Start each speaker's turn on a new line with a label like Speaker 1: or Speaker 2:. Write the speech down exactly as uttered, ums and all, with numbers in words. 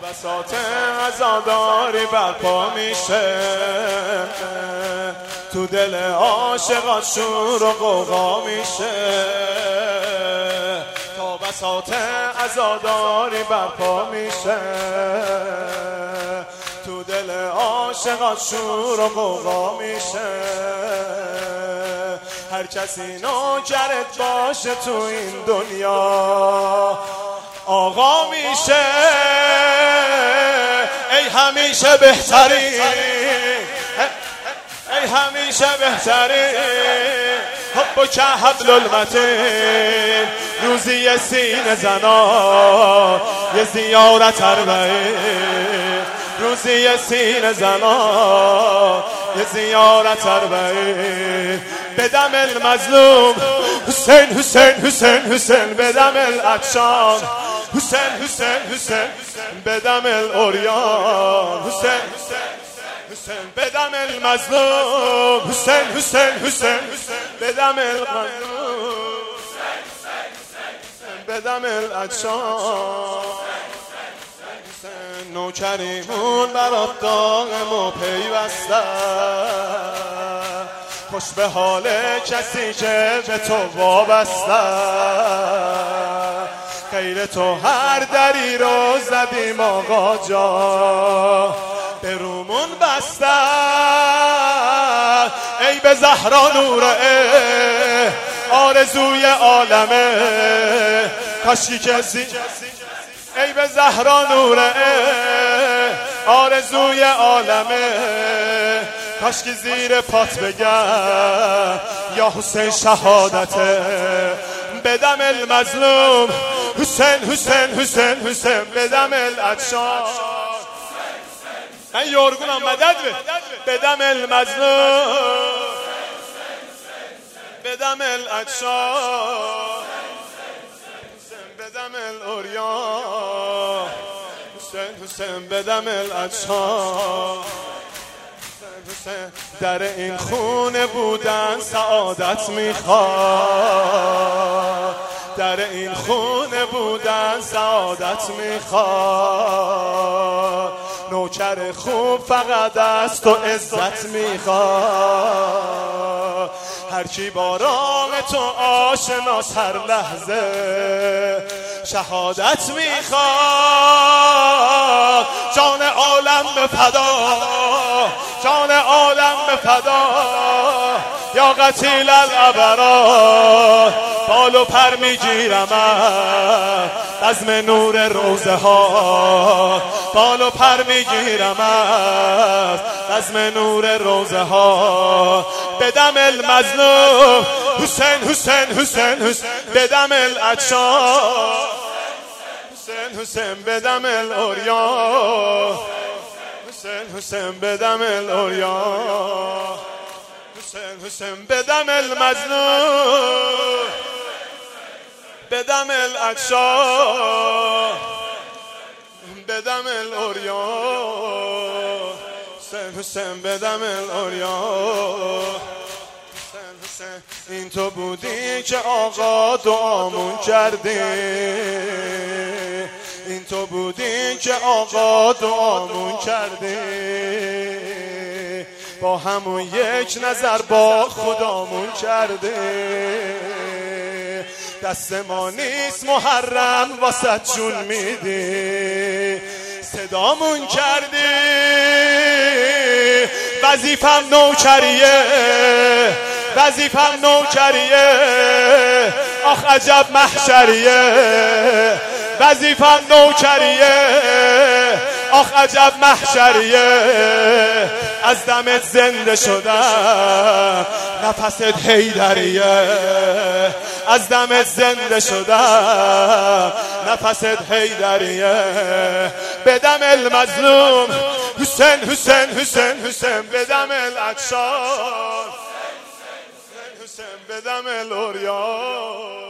Speaker 1: بساط عزاداری برپا میشه، تو دل عاشقان شور و غوغا میشه. تا بساط عزاداری برپا میشه، تو دل عاشقان شور و غوغا میشه. هر کسی نوکرت باشه تو این دنیا آقا میشه. ای همیشه بهتری، ای همیشه بهتری، حب که حبل المتین. روزی یه سینه زنا یه زیارت اربعین، روزی یه سینه زنا یه زیارت اربعین. بدم المظلوم حسین حسین حسین حسین، بدم العطشان حسین حسین حسین، بدم العریان حسین حسین، بدم المظلوم حسین حسین حسین، بدم المظلوم بدم العطشان. نوکریمون برات دائم و پیوسته، خوش به حال کسی که به تو وابسته. غیر تو هر دری رو زدیم آقا جا، به رومون بسته. ای به زهرا نوره آرزوی عالمه، کاشکی کسی. ای به زهرا نوره آرزوی عالمه، کاشکی زیر پات بگم یا حسین شهادته. بدم المظلوم حسین حسین حسین حسین، بدم العطشان. من یارگونم مدد به. بدم المظلوم بدم العطشان، بدم العریان حسین حسین، بدم العطشان. در این خونه بودن سعادت میخواد، در این خونه بودن سعادت میخواد. نوکر خوب فقط از تو عزت میخواد. هر کی با راه تو آشناس هر لحظه شهادت میخواد. جان عالم به فدا، جان عالم به فدا، یا قتیل الابرار. بال و پر میگیرم از بزم نور روزه ها، بال و پر میگیرم از بزم نور روزه ها. بدم المظلوم حسین حسین حسین حسین، بدم العطشان حسین حسین، بدم العریان حسین حسین، بدم العریان حسین حسین، بدم المظلوم بدم العطشان، بدم العریان حسین حسین، بدم العریان حسین حسین. این تو بودی که آقا دعامون کردی، این تو بودی که آقا دعامون کردی. با همون یک نظر با خدامون کردی. دست ما نیست محرم واسه جون میدی، صدامون کردی. وظیفم نوکریه، وظیفم نوکریه، آخ عجب محشریه. وظیفم نوکریه، آخ عجب محشریه. از دمت زنده شدم نفست حیدریه، از دمت زنده شدم نفست حیدریه. بدم المظلوم حسین حسین حسین حسین، بدم العطشان حسین حسین، بدم العریان